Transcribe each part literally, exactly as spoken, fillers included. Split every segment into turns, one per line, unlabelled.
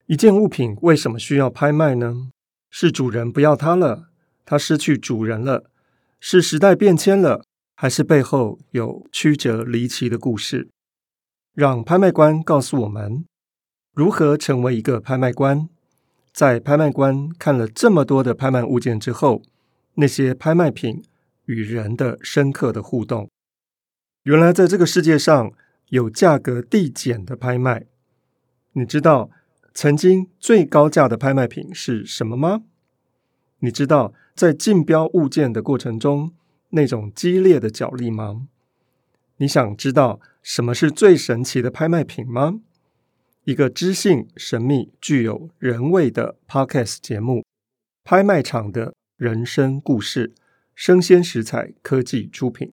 一件物品为什么需要拍卖呢？是主人不要它了，它失去主人了，是时代变迁了，还是背后有曲折离奇的故事？让拍卖官告诉我们如何成为一个拍卖官。在拍卖官看了这么多的拍卖物件之后，那些拍卖品与人的深刻的互动。原来在这个世界上有价格递减的拍卖。你知道曾经最高价的拍卖品是什么吗？你知道在竞标物件的过程中那种激烈的角力吗？你想知道什么是最神奇的拍卖品吗？一个知性、神秘、具有人味的 Podcast 节目，拍卖场的人生故事，生鲜食材科技出品。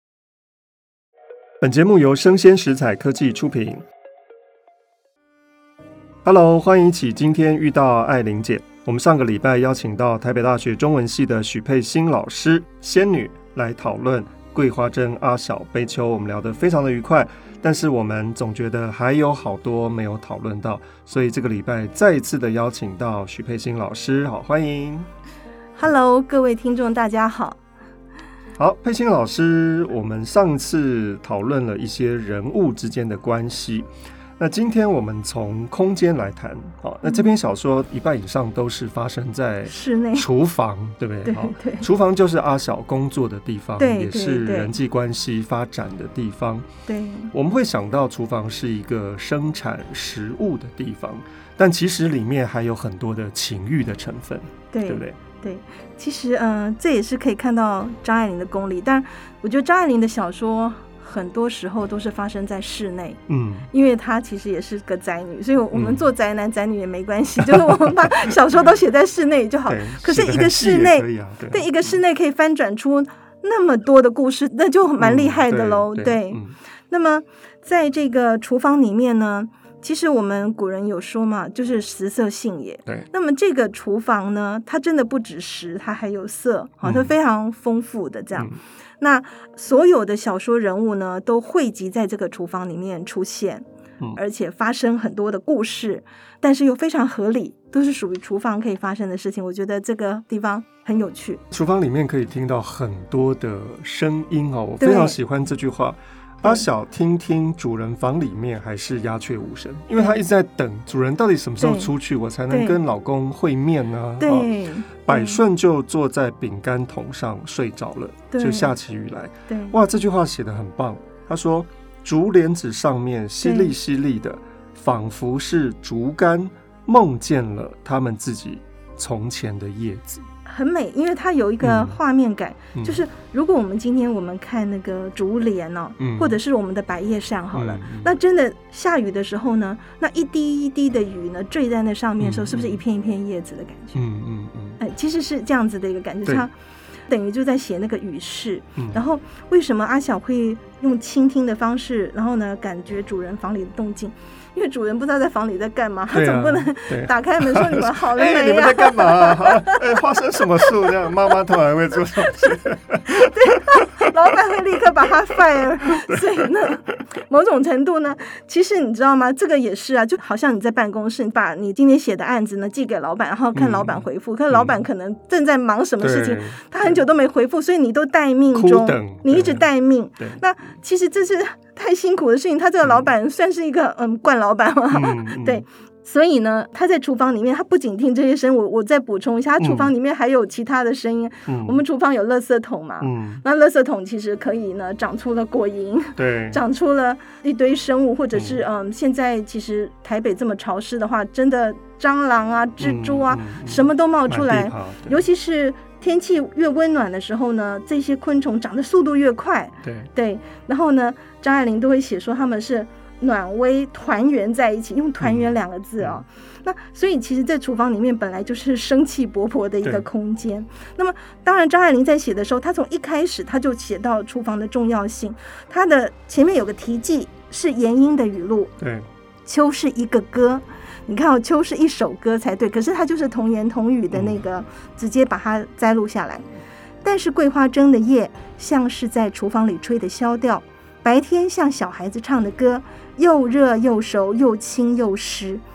本节目由生鲜食材科技出品。Hello， 欢迎一起今天遇到艾琳姐。我们上个礼拜邀请到台北大学中文系的许佩欣老师仙女来讨论桂花针、阿小、悲秋，我们聊得非常的愉快，但是我们总觉得还有好多没有讨论到，所以这个礼拜再一次的邀请到许佩欣老师，好，欢迎。
Hello， 各位听众大家好。
好，佩欣老师，我们上次讨论了一些人物之间的关系，那今天我们从空间来谈。好，那这篇小说一半以上都是发生在
室内
厨房，对不对？
对对，
厨房就是阿小工作的地方，
对，
也是人际关系发展的地方。
对，
我们会想到厨房是一个生产食物的地方，但其实里面还有很多的情欲的成分， 对, 对不对？
对，其实呃，这也是可以看到张爱玲的功力。但我觉得张爱玲的小说很多时候都是发生在室内，嗯，因为她其实也是个宅女，所以我们做宅男、嗯、宅女也没关系，就是我们把小说都写在室内就好。可是一个室内，
啊、对,
对，一个室内可以翻转出那么多的故事，那就蛮厉害的喽、嗯。对，对对嗯、那么在这个厨房里面呢？其实我们古人有说嘛，就是食色性也。
对。
那么这个厨房呢，它真的不止食，它还有色，好、嗯，它非常丰富的这样。嗯、那所有的小说人物呢，都汇集在这个厨房里面出现，嗯、而且发生很多的故事，但是又非常合理，都是属于厨房可以发生的事情。我觉得这个地方很有趣。
厨房里面可以听到很多的声音哦，我非常喜欢这句话。阿小听听主人房里面还是鸦雀无声，因为他一直在等主人到底什么时候出去，我才能跟老公会面呢、啊？
对，
百顺就坐在饼干桶上睡着了，就下起雨来。
对，
哇，这句话写得很棒。他说，竹帘子上面淅沥淅沥的，仿佛是竹竿梦见了他们自己从前的叶子。
很美，因为它有一个画面感、嗯、就是如果我们今天我们看那个竹帘哦、嗯，或者是我们的百叶扇好了、嗯、那真的下雨的时候呢，那一滴一滴的雨呢坠在那上面的时候、嗯、是不是一片一片叶子的感觉？嗯嗯嗯、哎，其实是这样子的一个感觉，它等于就在写那个雨势、嗯、然后为什么阿小会用倾听的方式，然后呢感觉主人房里的动静，因为主人不知道在房里在干嘛，他总不能打开门说你们好了没、啊
欸、你们在干嘛、啊欸、发生什么事这样，妈妈突然会做什么事
对，老板会立刻把他 fire 所以呢某种程度呢，其实你知道吗，这个也是啊，就好像你在办公室，你把你今天写的案子呢寄给老板，然后看老板回复、嗯、可是老板可能正在忙什么事情、嗯、他很久都没回复，所以你都待命中，你一直待命，那其实这是太辛苦的事情，他这个老板算是一个嗯惯老板嘛、嗯、对，所以呢他在厨房里面，他不仅听这些声音，我我再补充一下，他厨房里面还有其他的声音、嗯、我们厨房有垃圾桶嘛、嗯、那垃圾桶其实可以呢长出了果蝇，对，长出了一堆生物，或者是 嗯, 嗯现在其实台北这么潮湿的话，真的蟑螂啊蜘蛛啊、嗯嗯、什么都冒出来，尤其是天气越温暖的时候呢，这些昆虫长的速度越快， 对, 对然后呢张爱玲都会写说他们是暖微团圆在一起，用团圆两个字哦、嗯、那所以其实在厨房里面本来就是生气勃勃的一个空间。那么当然张爱玲在写的时候，她从一开始她就写到厨房的重要性，她的前面有个题记是严英的语录，对，秋是一个歌，你看哦，秋是一首歌才对，可是它就是童言童语的那个、嗯、直接把它摘录下来。但是桂花针的叶像是在厨房里吹的箫调，白天像小孩子唱的歌，又热又熟又轻又湿。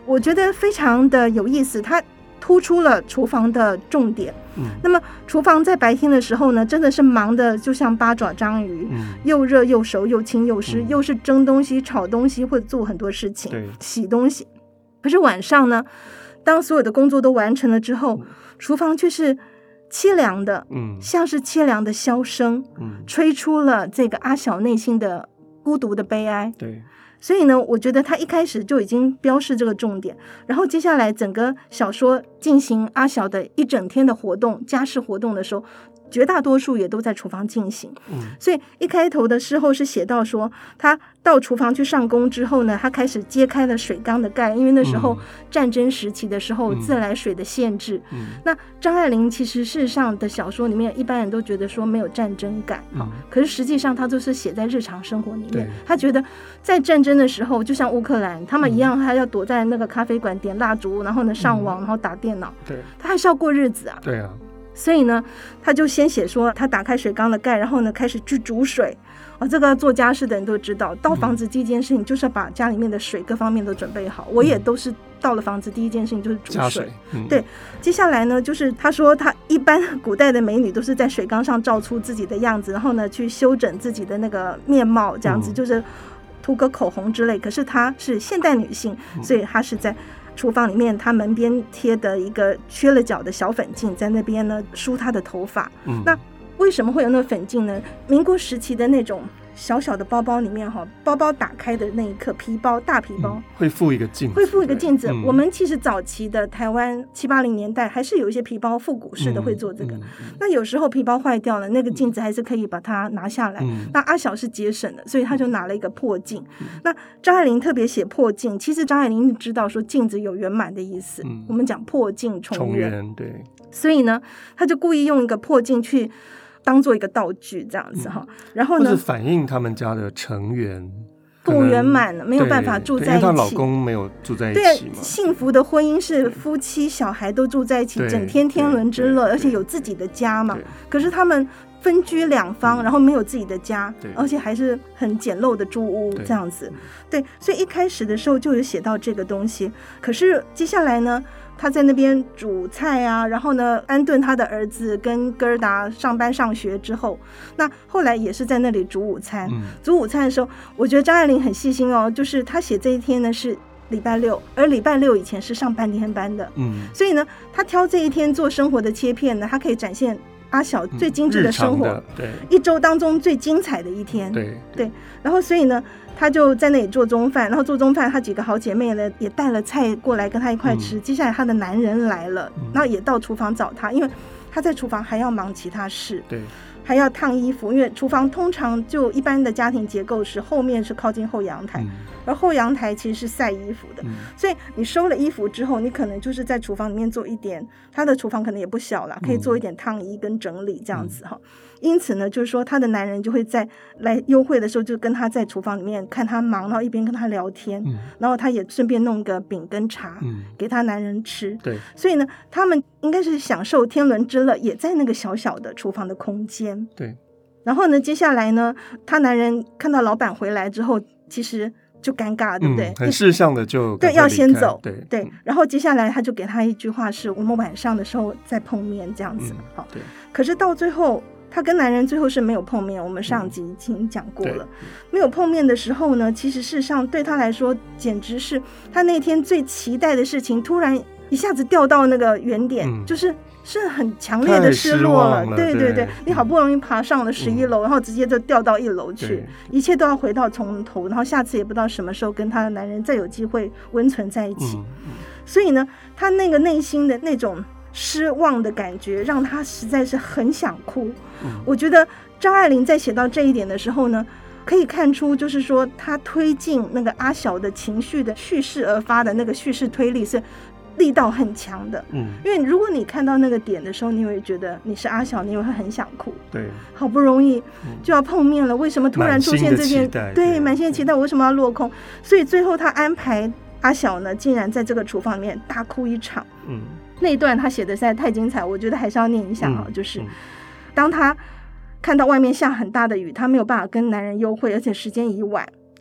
我觉得非常的有意思，它突出了厨房的重点。嗯，那么厨房在白天的时候呢，真的是忙的就像八爪章鱼，嗯，又热又熟又轻又湿，嗯，又是蒸东西炒东西或者做很多事情，洗东西。可是晚上呢，当所有的工作都完成了之后，嗯，厨房却是凄凉的，嗯，像是凄凉的箫声，嗯，吹出了这个阿晓内心的孤独的悲哀。对，所以呢，我觉得他一开始就已经标示这个重点，然后接下来整个小说进行阿晓的一整天的活动，家事活动的时候，绝大多数也都在厨房进行。嗯，所以一开头的时候是写到说，他到厨房去上工之后呢，他开始揭开了水缸的盖，因为那时候战争时期的时候，嗯，自来水的限制。嗯，那张爱玲其实事实上的小说里面，一般人都觉得说没有战争感，嗯，可是实际上他都是写在日常生活里面。他觉得在战争的时候，就像乌克兰他们一样，他要躲在那个咖啡馆点蜡烛，然后呢上网，然后打电脑。对，他还是要过日子啊。对啊。所以呢，他就先写说他打开水缸的盖，然后呢开始去煮水。哦，这个做家事的人都知道，到房子第一件事情就是要把家里面的水各方面都准备好。我也都是到了房子第一件事情就是煮水。水嗯、对，接下来呢，就是他说他一般古代的美女都是在水缸上照出自己的样子，然后呢去修整自己的那个面貌，这样子，嗯、就是涂个口红之类。可是她是现代女性，所以她是在厨房里面，她门边贴的一个缺了角的小粉镜，在那边呢梳她的头发。嗯、那为什么会有那个粉镜呢？民国时期的那种小小的包包里面，包包打开的那一刻，皮包大皮包、嗯、会附一个镜子，会附一个镜子、嗯、我们其实早期的台湾七八零年代还是有一些皮包复古式的会做这个、嗯嗯、那有时候皮包坏掉了，那个镜子还是可以把它拿下来、嗯、那阿晓是节省的，所以他就拿了一个破镜、嗯、那张爱玲特别写破镜，其实张爱玲知道说镜子有圆满的意思、嗯、我们讲破镜重圆, 重圆对，所以呢他就故意用一个破镜去当做一个道具这样子哈、嗯，然后呢，或是反映他们家的成员不圆满，没有办法住在一起，因为她老公没有住在一起嘛。对，幸福的婚姻是夫妻小孩都住在一起，整天天伦之乐，而且有自己的家嘛。可是他们分居两方，然后没有自己的家，而且还是很简陋的住屋这样子。对，所以一开始的时候就有写到这个东西。可是接下来呢，他在那边煮菜啊，然后呢安顿他的儿子跟哥儿达上班上学之后，那后来也是在那里煮午餐、嗯、煮午餐的时候，我觉得张爱玲很细心哦，就是他写这一天呢是礼拜六，而礼拜六以前是上半天班的、嗯、所以呢他挑这一天做生活的切片呢，他可以展现阿晓最精致的生活、嗯、对，一周当中最精彩的一天， 对, 对，然后所以呢他就在那里做中饭，然后做中饭，他几个好姐妹呢也带了菜过来跟他一块吃、嗯、接下来他的男人来了、嗯、然后也到厨房找他，因为他在厨房还要忙其他事，对，还要烫衣服，因为厨房通常就一般的家庭结构是后面是靠近后阳台、嗯、而后阳台其实是晒衣服的、嗯、所以你收了衣服之后，你可能就是在厨房里面做一点，他的厨房可能也不小啦，可以做一点烫衣跟整理这样子哈、嗯，因此呢就是说他的男人就会在来幽会的时候就跟他在厨房里面看他忙，然后一边跟他聊天、嗯、然后他也顺便弄个饼跟茶、嗯、给他男人吃，对，所以呢他们应该是享受天伦之乐，也在那个小小的厨房的空间，对。然后呢接下来呢他男人看到老板回来之后其实就尴尬，对不对、嗯、很识相的就对要先走，对对，然后接下来他就给他一句话是我们晚上的时候再碰面这样子、嗯、好，对。可是到最后他跟男人最后是没有碰面，我们上集已经讲过了、嗯、没有碰面的时候呢，其实事实上对他来说简直是他那天最期待的事情突然一下子掉到那个原点、嗯、就是是很强烈的失落了，对对对，你好不容易爬上了十一楼、嗯、然后直接就掉到一楼去，一切都要回到从头，然后下次也不知道什么时候跟他的男人再有机会温存在一起、嗯嗯、所以呢他那个内心的那种失望的感觉让他实在是很想哭、嗯、我觉得张爱玲在写到这一点的时候呢，可以看出就是说他推进那个阿晓的情绪的叙事而发的那个叙事推力是力道很强的，嗯，因为如果你看到那个点的时候，你会觉得你是阿晓，你会很想哭，对，好不容易就要碰面了、嗯、为什么突然出现这件，对，满心的期待，为什么要落空？所以最后他安排阿晓呢竟然在这个厨房里面大哭一场，嗯，那一段他写的实在太精彩，我觉得还是要念一下、嗯、就是、嗯、当他看到外面下很大的雨，他没有办法跟男人幽会，而且时间已晚、嗯、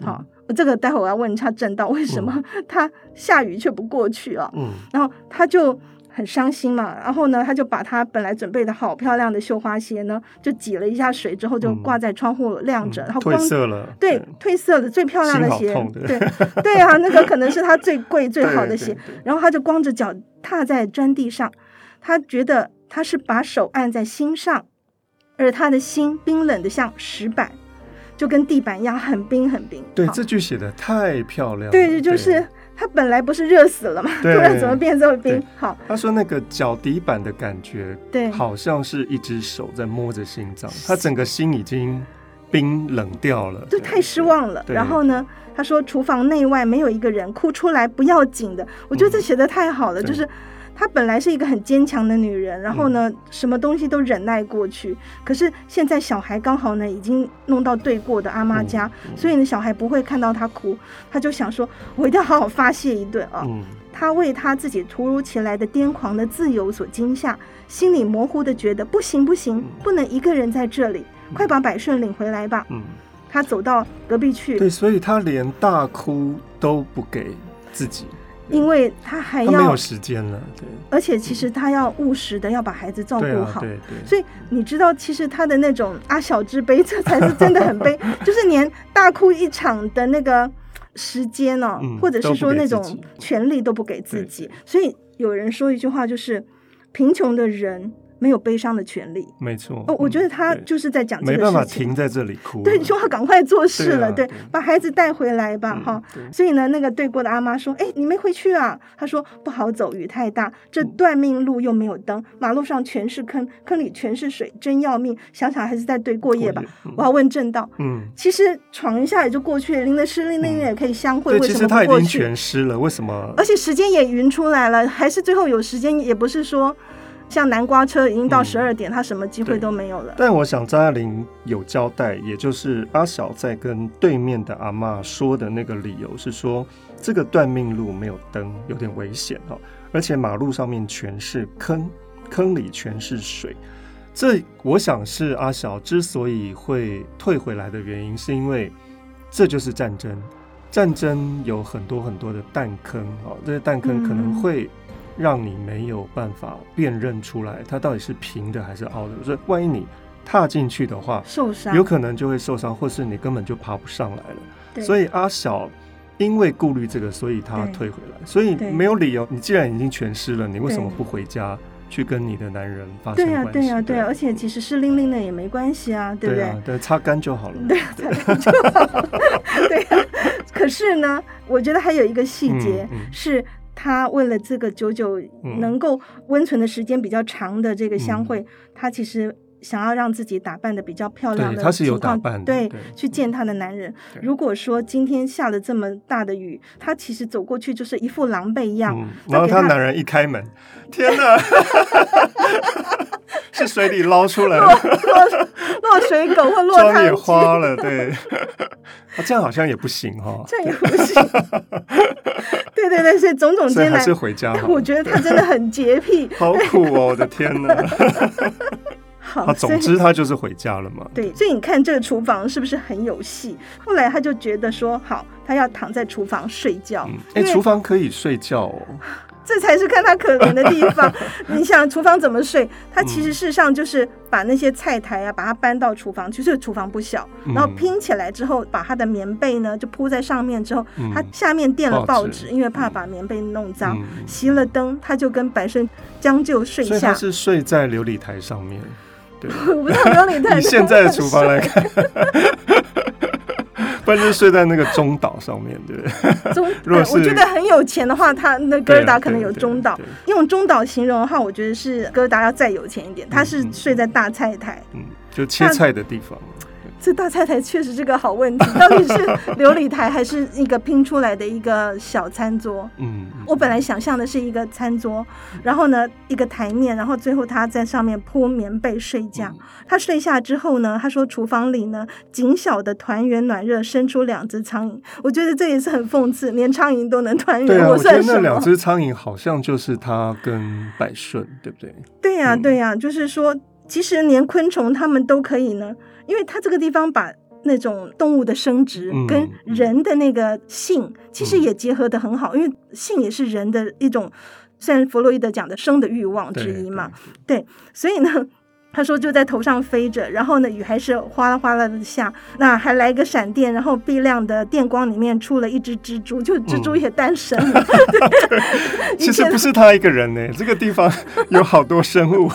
这个待会我要问他正道为什么他下雨却不过去啊？
嗯，
然后他就很伤心嘛，然后呢，他就把他本来准备的好漂亮的绣花鞋呢，就挤了一下水之后就挂在窗户晾着，
嗯、
然后光
褪色了，
对，褪色了最漂亮的鞋，
心好痛的
对对啊，那个可能是他最贵最好的鞋，
对对对，
然后他就光着脚踏在砖地上，他觉得他是把手按在心上，而他的心冰冷的像石板，就跟地板一样很冰很冰。
对，这句写的太漂亮了。
对，就是他本来不是热死了嘛，突然怎么变这么冰？好，
他说那个脚底板的感觉，
对，
好像是一只手在摸着心脏，他整个心已经冰冷掉了，
就太失望了。然后呢，他说厨房内外没有一个人，哭出来不要紧的。我觉得这写的太好了，嗯、就是她本来是一个很坚强的女人，然后呢、嗯、什么东西都忍耐过去，可是现在小孩刚好呢已经弄到对过的阿妈家、嗯嗯、所以呢小孩不会看到她哭，她就想说我一定要好好发泄一顿啊、嗯、她为她自己突如其来的癫狂的自由所惊吓，心里模糊的觉得不行不行、嗯、不能一个人在这里、嗯、快把百顺领回来吧。嗯，她走到隔壁去，
对，所以她连大哭都不给自己，
因为他还要
他没有时间了，对，
而且其实他要务实的要把孩子照顾好，
对啊、对对，
所以你知道其实他的那种阿小之悲，这才是真的很悲就是连大哭一场的那个时间哦、嗯、或者是说那种权利都不给自己，所以有人说一句话，就是贫穷的人没有悲伤的权利，
没错、
哦、我觉得他就是在讲这个事情，
没办法停在这里哭，
对，就要赶快做事了， 对,、啊、
对，
把孩子带回来吧、嗯、所以呢那个对过的阿妈说，哎，你没回去啊？他说不好走，雨太大，这断命路又没有灯、嗯、马路上全是坑，坑里全是水，真要命，想想还是在对过夜吧。嗯、我要问正道，嗯，其实闯一下也就过去了，淋得湿淋淋也可以相会、嗯、为什么不过去？
其实他已经全湿了，为什么？
而且时间也匀出来了，还是最后有时间，也不是说像南瓜车已经到十二点、嗯、他什么机会都没有了。
但我想张爱玲有交代，也就是阿小在跟对面的阿嬷说的那个理由是说，这个断命路没有灯，有点危险、哦、而且马路上面全是坑，坑里全是水。这我想是阿小之所以会退回来的原因，是因为这就是战争，战争有很多很多的弹坑、哦、这些弹坑可能会、嗯让你没有办法辨认出来它到底是平的还是凹的，所以万一你踏进去的话
受伤，
有可能就会受伤，或是你根本就爬不上来了。所以阿小因为顾虑这个，所以他退回来，所以没有理由，你既然已经全湿了，你为什么不回家去跟你的男人发生关系？对
呀、啊、对呀、啊、对啊，而且其实湿淋淋的也没关系啊，对不对？
对啊，对，擦干就好了。
对，擦干就好了。对啊，可是呢，我觉得还有一个细节、嗯嗯、是。他为了这个久久能够温存的时间比较长的这个相会、嗯、他其实想要让自己打扮的比较漂亮的情况，
他是有打扮的，
对,
对，
去见他的男人。如果说今天下了这么大的雨，他其实走过去就是一副狼狈一样、嗯、
然后他男人一开门，天哪是水里捞出来的落,
落, 落水狗或落汤鸡，
妆也花了，对啊、这样好像也不行哈，
这样也不行对对对，所以种种艰难，
还是回家好。
我觉得他真的很洁癖
好苦哦，我的天哪好、啊，总之他就是回家了嘛。
对，所以你看这个厨房是不是很有戏？后来他就觉得说好，他要躺在厨房睡觉。
哎、嗯，厨房可以睡觉哦，
这才是看他可怜的地方你想厨房怎么睡？他其实事实上就是把那些菜台啊把它搬到厨房去，所以厨房不小、嗯、然后拼起来之后把他的棉被呢就铺在上面之后、嗯、他下面垫了报纸，因为怕把棉被弄脏、嗯、熄了灯，他就跟百顺将就睡下。
所以他是睡在流理台上面。对，
我不知道流理台
以现在的厨房来看不然就睡在那个中岛上面，对不对？中
我觉得很有钱的话，他那哥尔达可能有中岛。用中岛形容的话，我觉得是哥尔达要再有钱一点，他是睡在大菜台，
嗯，就切菜的地方。
这大菜台确实是个好问题，到底是流理台还是一个拼出来的一个小餐桌？嗯，我本来想象的是一个餐桌，然后呢一个台面，然后最后他在上面铺棉被睡觉、嗯、他睡下之后呢，他说厨房里呢紧小的团圆暖热生出两只苍蝇，我觉得这也是很讽刺，连苍蝇都能团圆。
对啊，
我算什么？
我觉得那两只苍蝇好像就是他跟百顺，对不对？
对呀、啊、对呀、啊嗯，就是说其实连昆虫他们都可以呢，因为他这个地方把那种动物的生殖跟人的那个性其实也结合得很好，因为性也是人的一种，虽然弗洛伊德讲的生的欲望之一嘛， 对, 对, 对，所以呢他说就在头上飞着，然后呢雨还是哗啦哗啦的下，那还来个闪电，然后碧亮的电光里面出了一只蜘蛛，就蜘蛛也诞生了、
嗯、其实不是他一个人呢，这个地方有好多生物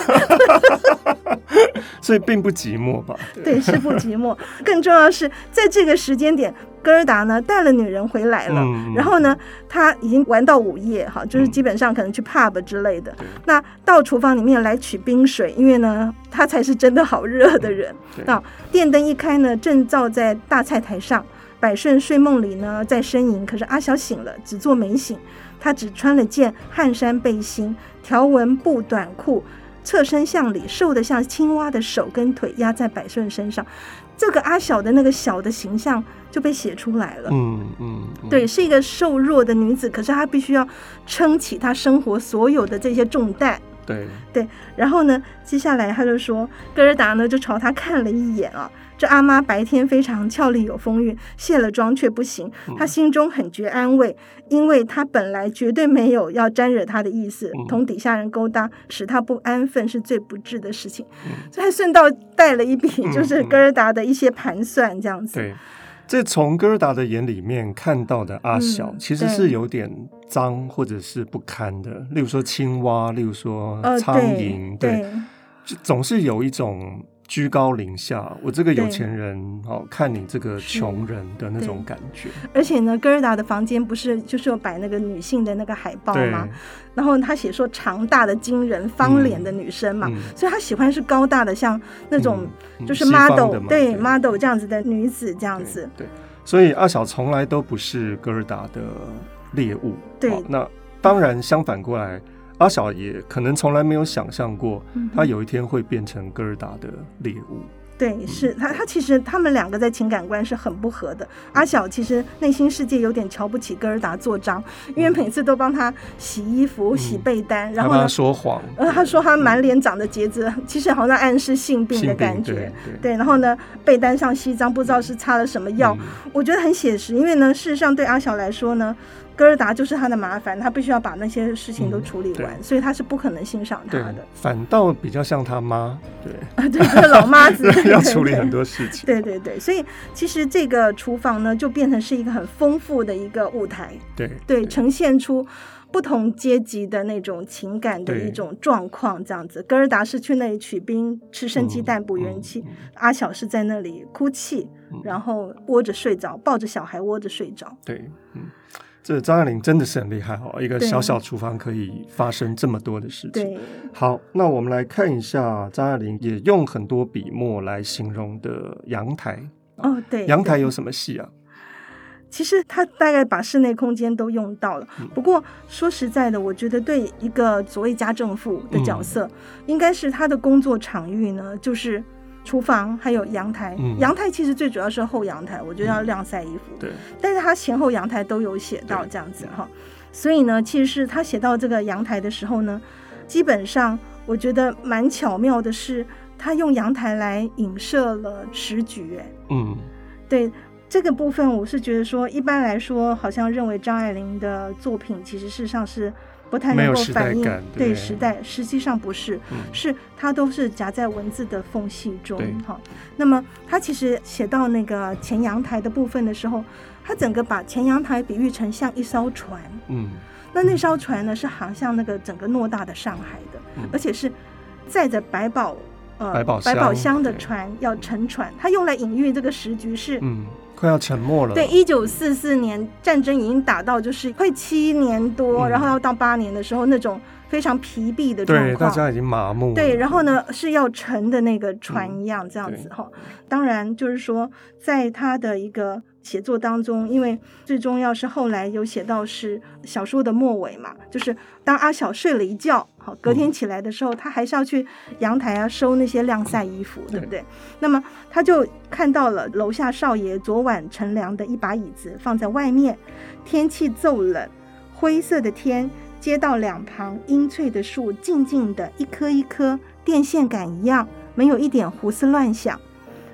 所以并不寂寞吧。
对, 对，是不寂寞更重要的是在这个时间点哥尔达呢带了女人回来了、嗯、然后呢他已经玩到午夜哈，就是基本上可能去 pub 之类的、嗯、那到厨房里面来取冰水，因为呢他才是真的好热的人、嗯、那电灯一开呢正照在大菜台上，百顺睡梦里呢在呻吟，可是阿小醒了只做没醒，他只穿了件汗衫背心，条纹布短裤，侧身向里，瘦得像青蛙的手跟腿压在百顺身上，这个阿小的那个小的形象就被写出来了。嗯嗯，对，是一个瘦弱的女子，可是她必须要撑起她生活所有的这些重担。
对
对，然后呢，接下来他就说，哥尔达呢就朝他看了一眼啊。这阿妈白天非常俏丽有风韵，卸了妆却不行，他心中很觉安慰，因为他本来绝对没有要沾惹他的意思，同底下人勾搭使他不安分是最不智的事情，所以他顺道带了一笔就是哥尔达的一些盘算这样子。
对，这从哥尔达的眼里面看到的阿小、嗯、其实是有点脏或者是不堪的，例如说青蛙，例如说苍蝇、呃、对, 对, 对，总是有一种居高临下，我这个有钱人、哦、看你这个穷人的那种感觉。
而且呢哥尔达的房间不是就是有摆那个女性的那个海报吗？然后他写说长大的惊人方脸的女生嘛、嗯、所以他喜欢是高大的像那种就是 model、嗯、对 model 这样子的女子这样子。
对, 对，所以阿小从来都不是哥尔达的猎物。
对、
哦、那当然相反过来，阿小也可能从来没有想象过他有一天会变成哥尔达的猎物。
对，是他他其实他们两个在情感观是很不合的。阿小其实内心世界有点瞧不起哥尔达做章，因为每次都帮他洗衣服、嗯、洗被单，然后呢
他说谎，
呃，他说他满脸长的结子、嗯、其实好像暗示性病的感觉。 对, 对, 对，然后呢被单上西装不知道是擦了什么药、嗯、我觉得很写实，因为呢事实上对阿小来说呢哥尔达就是他的麻烦，他必须要把那些事情都处理完、嗯、所以他是不可能欣赏他的。
反倒比较像他妈。对
啊，对，这个老妈子
要处理很多事情。
对对对，所以其实这个厨房呢就变成是一个很丰富的一个舞台。
对
对, 对，呈现出不同阶级的那种情感的一种状况这样子。哥尔达是去那里取兵吃生鸡蛋补元气、嗯嗯、阿小是在那里哭泣、嗯、然后窝着睡着，抱着小孩窝着睡着。
对，嗯，这张爱玲真的是很厉害哦，一个小小厨房可以发生这么多的事情。
对，
好，那我们来看一下张爱玲也用很多笔墨来形容的阳台。
哦，对，
阳台有什么戏啊？
其实他大概把室内空间都用到了、嗯、不过说实在的，我觉得对一个所谓家政妇的角色、嗯、应该是他的工作场域呢就是厨房还有阳台、嗯、阳台其实最主要是后阳台，我觉得要晾晒衣服、嗯、对，但是他前后阳台都有写到这样子哈。所以呢其实是他写到这个阳台的时候呢，基本上我觉得蛮巧妙的是他用阳台来影射了时局。嗯，对，这个部分我是觉得说一般来说好像认为张爱玲的作品其实事实上是不太能够反映 对, 对时代，实际上不是、嗯、是它都是夹在文字的缝隙中。那么他其实写到那个前阳台的部分的时候，他整个把前阳台比喻成像一艘船。嗯，那那艘船呢是航向那个整个偌大的上海的、嗯、而且是载着百宝呃百宝箱, 百宝箱的船要沉船，他用来隐喻这个时局是
嗯快要沉没了。
对，一九四四年战争已经打到就是快七年多、嗯、然后要到八年的时候那种非常疲惫的状况，
对，大家已经麻木了。
对，然后呢是要沉的那个船一样、嗯、这样子哈。当然就是说在他的一个写作当中，因为最重要是后来有写到是小说的末尾嘛，就是当阿小睡了一觉，好，隔天起来的时候、嗯、他还是要去阳台啊收那些晾晒衣服、嗯、对不对？那么他就看到了楼下少爷昨晚乘凉的一把椅子放在外面，天气骤冷，灰色的天，街道两旁阴翠的树静静的一棵一棵电线杆一样，没有一点胡思乱想。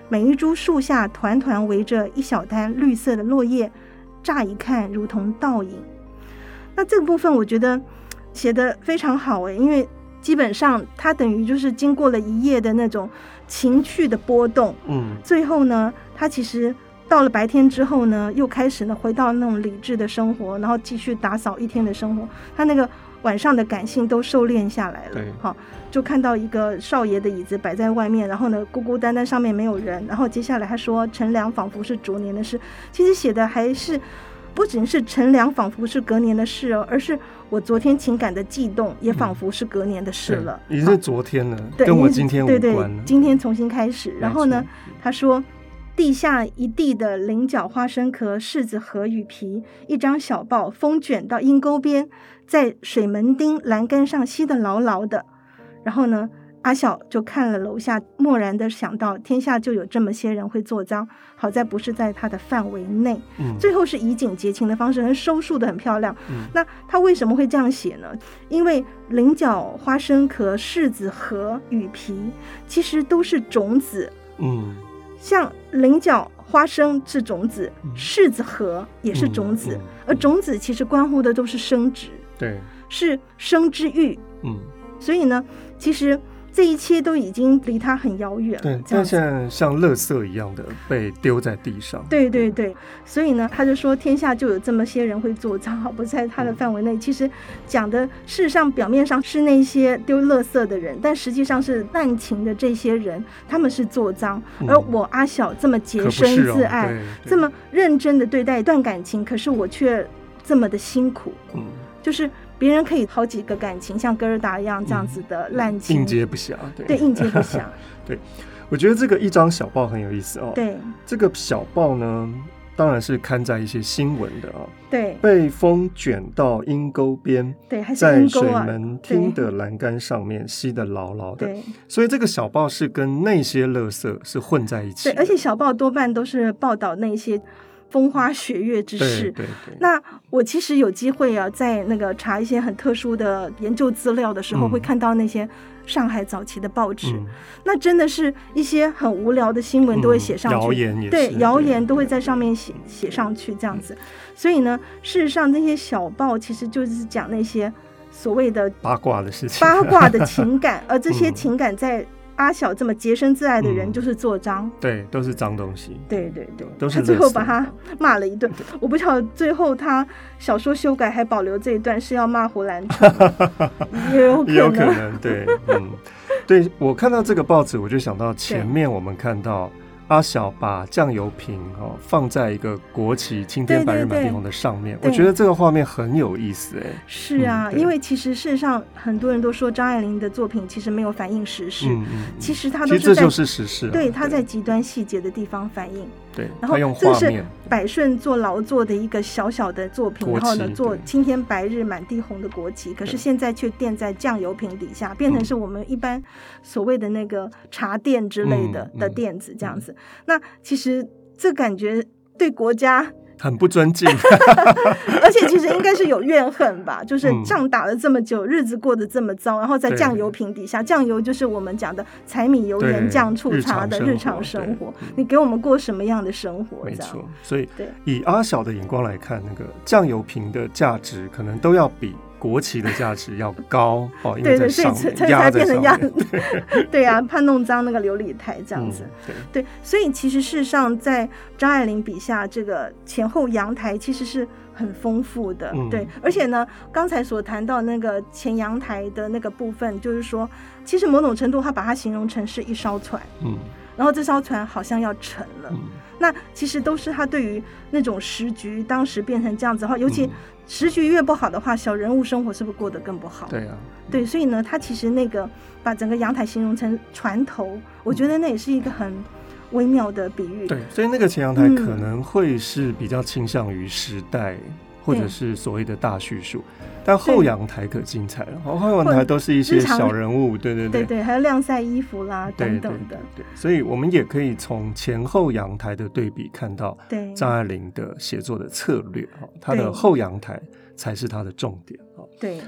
每一株树下团团围着一小滩绿色的落叶，乍一看如同倒影。那这个部分我觉得写得非常好诶，因为基本上它等于就是经过了一夜的那种情绪的波动，嗯，最后呢，它其实到了白天之后呢，又开始呢回到那种理智的生活，然后继续打扫一天的生活。他那个晚上的感性都收敛下来了，好，就看到一个少爷的椅子摆在外面，然后呢孤孤单单上面没有人，然后接下来他说乘凉仿佛是逐年的事，其实写的还是不仅是乘凉仿佛是隔年的事哦，而是我昨天情感的悸动也仿佛是隔年的事了，
已经是昨天了，跟我今天无关了，
对对，今天重新开始。然后呢他说地下一地的菱角花生壳、柿子核与皮，一张小报风卷到阴沟边，在水门钉栏杆上吸得牢牢的。然后呢阿晓就看了楼下，默然的想到天下就有这么些人会做赃，好在不是在他的范围内、嗯、最后是以景结情的方式，很收束的很漂亮、嗯、那他为什么会这样写呢？因为菱角花生壳、柿子核与皮其实都是种子，嗯，像菱角花生是种子，柿子核也是种子、嗯嗯、而种子其实关乎的都是生殖，
对，
是生之欲，嗯，所以呢其实这一切都已经离他很遥远了，
对，但现在像垃圾一样的被丢在地上，
对对对，所以呢他就说天下就有这么些人会做赃，好不在他的范围内、嗯、其实讲的事实上表面上是那些丢垃圾的人，但实际上是滥情的这些人他们是做赃、嗯、而我阿晓这么洁身自爱、哦、这么认真的对待一段感情，可是我却这么的辛苦、嗯、就是别人可以好几个感情，像哥尔达一样这样子的滥情、
嗯、应接不暇， 对,
对应接不暇
对，我觉得这个一张小报很有意思哦。
对，
这个小报呢当然是刊在一些新闻的哦。
对，
被风卷到阴沟边，
对，还是阴沟啊，
在水门汀的栏杆上面吸得牢牢的，对，所以这个小报是跟那些垃圾是混在一起的，
对，而且小报多半都是报道那些风花雪月之事，
对对对。
那我其实有机会啊，在那个查一些很特殊的研究资料的时候、嗯、会看到那些上海早期的报纸、嗯、那真的是一些很无聊的新闻都会写上去，
谣、嗯、言也是，
对，谣言都会在上面写写上去这样子、嗯、所以呢事实上那些小报其实就是讲那些所谓的
八卦的事情，
八卦的情感而这些情感在阿晓这么洁身自爱的人就是做赃、嗯、
对，都是脏东西，
对对对，
都是
他最后把他骂了一顿，我不晓得最后他小说修改还保留这一段是要骂胡兰成也有可能，
也有可能，对，嗯，对，我看到这个报纸我就想到前面我们看到阿晓把酱油瓶、哦、放在一个国旗青天白日满地红的上面，我觉得这个画面很有意思。
是啊、嗯、因为其实事实上很多人都说张爱玲的作品其实没有反映时事、嗯嗯、其实她都是在，
其实这就是时事、啊、
对，她在极端细节的地方反映，
对，
然后
用画面，
这是百顺做劳作的一个小小的作品，然后呢做青天白日满地红的国旗，可是现在却垫在酱油瓶底下，变成是我们一般所谓的那个茶店之类的、嗯、的垫子这样子、嗯嗯、那其实这感觉对国家
很不尊敬
而且其实应该是有怨恨吧，就是仗打了这么久、嗯、日子过得这么糟，然后在酱油瓶底下，酱油就是我们讲的柴米油盐酱醋茶的日常生活，你给我们过什么样的生活，
没错。所以以阿晓的眼光来看，那个酱油瓶的价值可能都要比国旗的价值要高哦，因为在上面压在上面，
对对啊，怕弄脏那个琉璃台这样子、嗯、对, 对，所以其实事实上在张爱玲笔下，这个前后阳台其实是很丰富的、嗯、对，而且呢刚才所谈到那个前阳台的那个部分，就是说其实某种程度他把它形容成是一艘船，嗯，然后这艘船好像要沉了、嗯、那其实都是他对于那种时局当时变成这样子，尤其时局越不好的话，小人物生活是不是过得更不好？
对啊，
对，所以呢他其实那个把整个阳台形容成船头，我觉得那也是一个很微妙的比喻。
对，所以那个前阳台可能会是比较倾向于时代、嗯、或者是所谓的大叙述，但后阳台可精彩了，后阳台都是一些小人物，对对对
对对，还有晾晒衣服啦等等的，对对对，
所以我们也可以从前后阳台的对比看到张爱玲的写作的策略，她的后阳台才是她的重点。
对，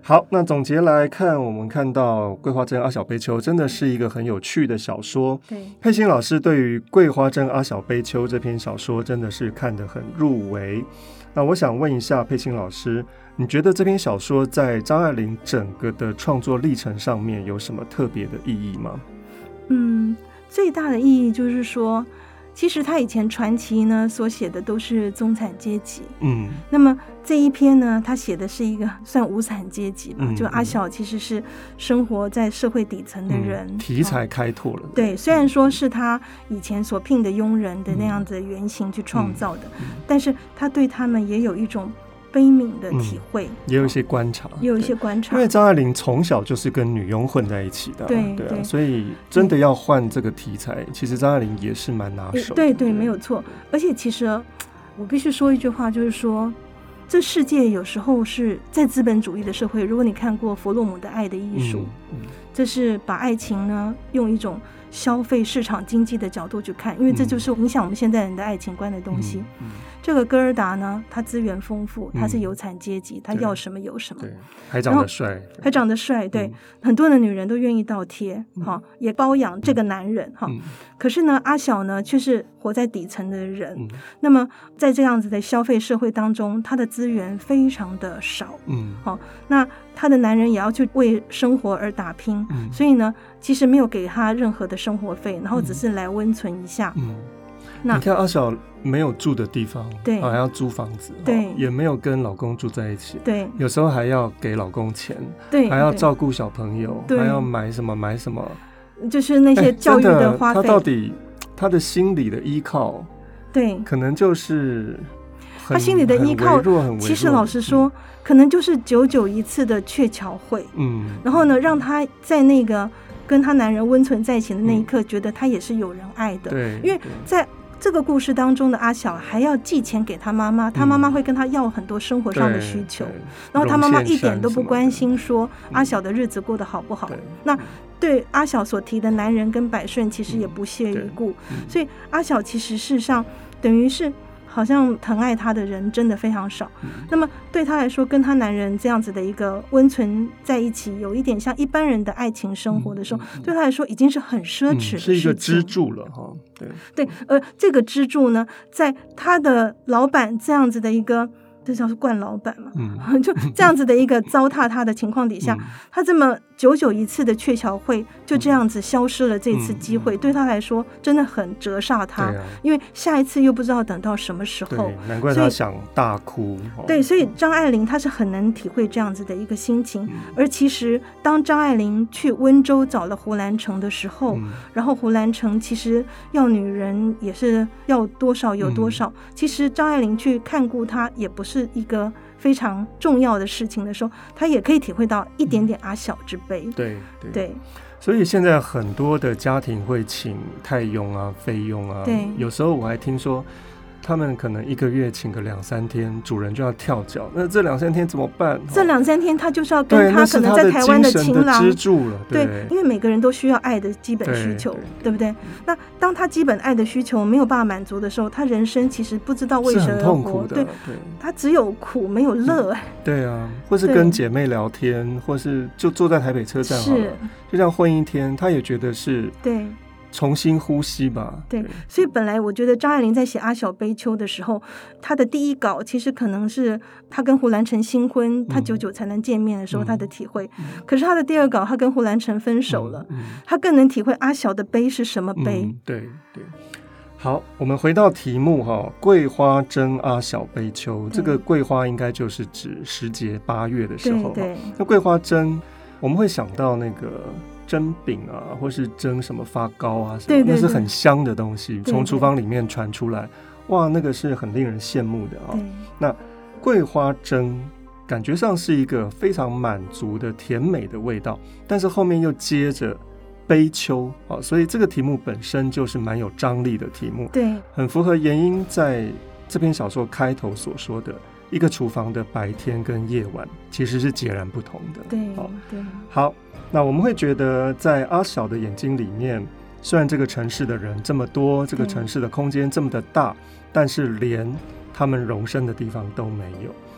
好，那总结来看，我们看到《桂花蒸阿小悲秋》真的是一个很有趣的小说。
对，
佩欣老师对于《桂花蒸阿小悲秋》这篇小说真的是看得很入围。那我想问一下佩欣老师，你觉得这篇小说在张爱玲整个的创作历程上面有什么特别的意义吗？
嗯，最大的意义就是说，其实他以前传奇呢所写的都是中产阶级，嗯，那么这一篇呢，他写的是一个算无产阶级吧，嗯、就阿小其实是生活在社会底层的人，嗯、
题材开拓了、哦。
对，虽然说是他以前所聘的佣人的那样子的原型去创造的，嗯嗯、但是他对他们也有一种悲悯的体会、嗯，
也有一些观察，
也有一些观察。
因为张爱玲从小就是跟女佣混在一起的、啊，
对
对啊，所以真的要换这个题材，其实张爱玲也是蛮拿手的。
对 对, 对，没有错。而且其实我必须说一句话，就是说，这世界有时候是在资本主义的社会，如果你看过弗洛姆的《爱的艺术》，嗯嗯、这是把爱情呢用一种消费市场经济的角度去看，因为这就是影响我们现在人的爱情观的东西。嗯嗯、这个戈尔达呢，他资源丰富，他是有产阶级，嗯、他要什么有什么，
对，还长得帅，
还长得帅，对、嗯，很多的女人都愿意倒贴，哈、嗯，也包养这个男人，哈、嗯。可是呢，阿小呢却是活在底层的人，嗯、那么在这样子的消费社会当中，他的资源非常的少，嗯，好，那他的男人也要去为生活而打拼，嗯、所以呢，其实没有给他任何的生活费，然后只是来温存一下，嗯。
你看阿小没有住的地方，对，还要租房子，对，也没有跟老公住在一起，对，有时候还要给老公钱，对，还要照顾小朋友，还要买什么买什么，
就是那些教育的花费。
他到底他的心理的依靠，对，可能就是
他心里的依靠，其实老实说，嗯、可能就是久久一次的鹊桥会，嗯，然后呢，让他在那个跟他男人温存在一起的那一刻，嗯、觉得他也是有人爱的，对，因为在这个故事当中的阿小还要寄钱给他妈妈，他妈妈会跟他要很多生活上的需求，然后他妈妈一点都不关心说阿小的日子过得好不好。那对阿小所提的男人跟百顺其实也不屑一顾，所以阿小其实事实上等于是好像疼爱他的人真的非常少，嗯、那么对他来说跟他男人这样子的一个温存在一起，有一点像一般人的爱情生活的时候，嗯、对他来说已经是很奢侈的事情，嗯、
是一个支柱了哈。对
对，而这个支柱呢，在他的老板这样子的一个，这叫是惯老板嘛，嗯、就这样子的一个糟蹋他的情况底下，嗯、他这么久久一次的鹊桥会就这样子消失了这次机会，嗯、对他来说真的很折煞他，啊、因为下一次又不知道等到什么时候，
难怪他想大哭。
对，所以张爱玲她是很能体会这样子的一个心情，嗯、而其实当张爱玲去温州找了胡兰成的时候，嗯、然后胡兰成其实要女人也是要多少有多少，嗯、其实张爱玲去看顾他也不是一个非常重要的事情的时候，他也可以体会到一点点阿小之悲。
嗯、对 对, 对，所以现在很多的家庭会请太佣啊、菲佣啊，对，有时候我还听说他们可能一个月请个两三天，主人就要跳脚，那这两三天怎么办？
这两三天他就是要跟他可能在台湾的情郎
支柱了，对，
对，因为每个人都需要爱的基本需求， 对, 对, 对不对？那当他基本爱的需求没有办法满足的时候，他人生其实不知道为什么而活，
是很痛苦的，对，
对，他只有苦没有乐，嗯、
对啊，或是跟姐妹聊天，或是就坐在台北车站好了，就像混一天，他也觉得是对。重新呼吸吧。
对，所以本来我觉得张爱玲在写阿小悲秋的时候，她的第一稿其实可能是她跟胡兰成新婚，她久久才能见面的时候她的体会，嗯、可是她的第二稿她跟胡兰成分手了，嗯嗯、她更能体会阿小的悲是什么悲。
嗯、对对。好，我们回到题目哈，桂花蒸阿小悲秋，这个桂花应该就是指时节八月的时候。对对。那桂花蒸，我们会想到那个蒸饼啊，或是蒸什么发糕啊什么，对对对，那是很香的东西，从厨房里面传出来，哇，那个是很令人羡慕的啊。那桂花蒸感觉上是一个非常满足的甜美的味道，但是后面又接着悲秋，所以这个题目本身就是蛮有张力的题目，对，很符合严英在这篇小说开头所说的，一个厨房的白天跟夜晚其实是截然不同的。对对。好，那我们会觉得在阿小的眼睛里面，虽然这个城市的人这么多，这个城市的空间这么的大，但是连他们容身的地方都没有。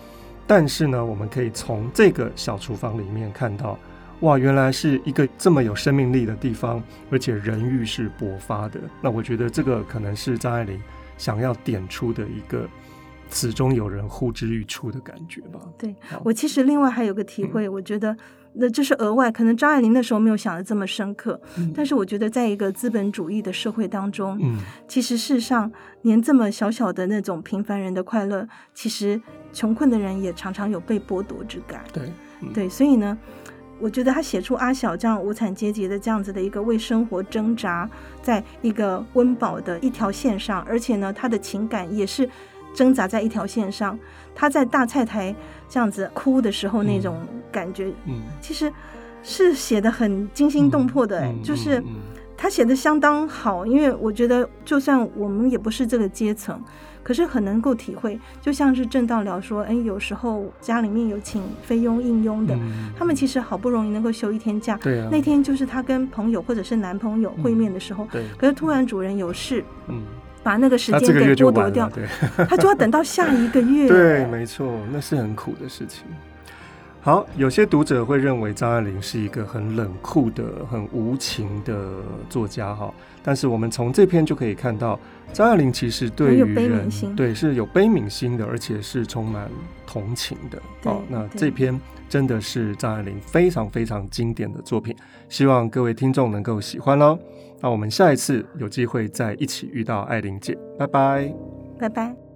但是呢，我们可以从这个小厨房里面看到，哇，原来是一个这么有生命力的地方，而且人欲是勃发的。那我觉得这个可能是张爱玲想要点出的一个此中有人呼之欲出的感觉吧。
对，我其实另外还有个体会、嗯、我觉得那这是额外，可能张爱玲那时候没有想得这么深刻、嗯、但是我觉得在一个资本主义的社会当中、嗯、其实事实上连这么小小的那种平凡人的快乐，其实穷困的人也常常有被剥夺之感。
对、
嗯、对，所以呢我觉得他写出阿小这样无产阶级的这样子的一个为生活挣扎，在一个温饱的一条线上，而且呢他的情感也是挣扎在一条线上。他在大菜台这样子哭的时候那种感觉、嗯、其实是写得很惊心动魄的、嗯、就是他写得相当好，因为我觉得就算我们也不是这个阶层，可是很能够体会，就像是郑道聊说，哎，有时候家里面有请菲佣应佣的、嗯、他们其实好不容易能够休一天假、
对啊、
那天就是他跟朋友或者是男朋友会面的时候、嗯、可是突然主人有事，嗯，把那个时间给剥夺掉，他, 他就要等到下一个月。
对，没错，那是很苦的事情。好，有些读者会认为张爱玲是一个很冷酷的、很无情的作家哈，但是我们从这篇就可以看到，张爱玲其实对于人对是有悲悯心的，而且是充满同情的。好，那这篇真的是张爱玲非常非常经典的作品，希望各位听众能够喜欢咯。那我们下一次有机会再一起遇到爱玲姐，拜拜，
拜拜。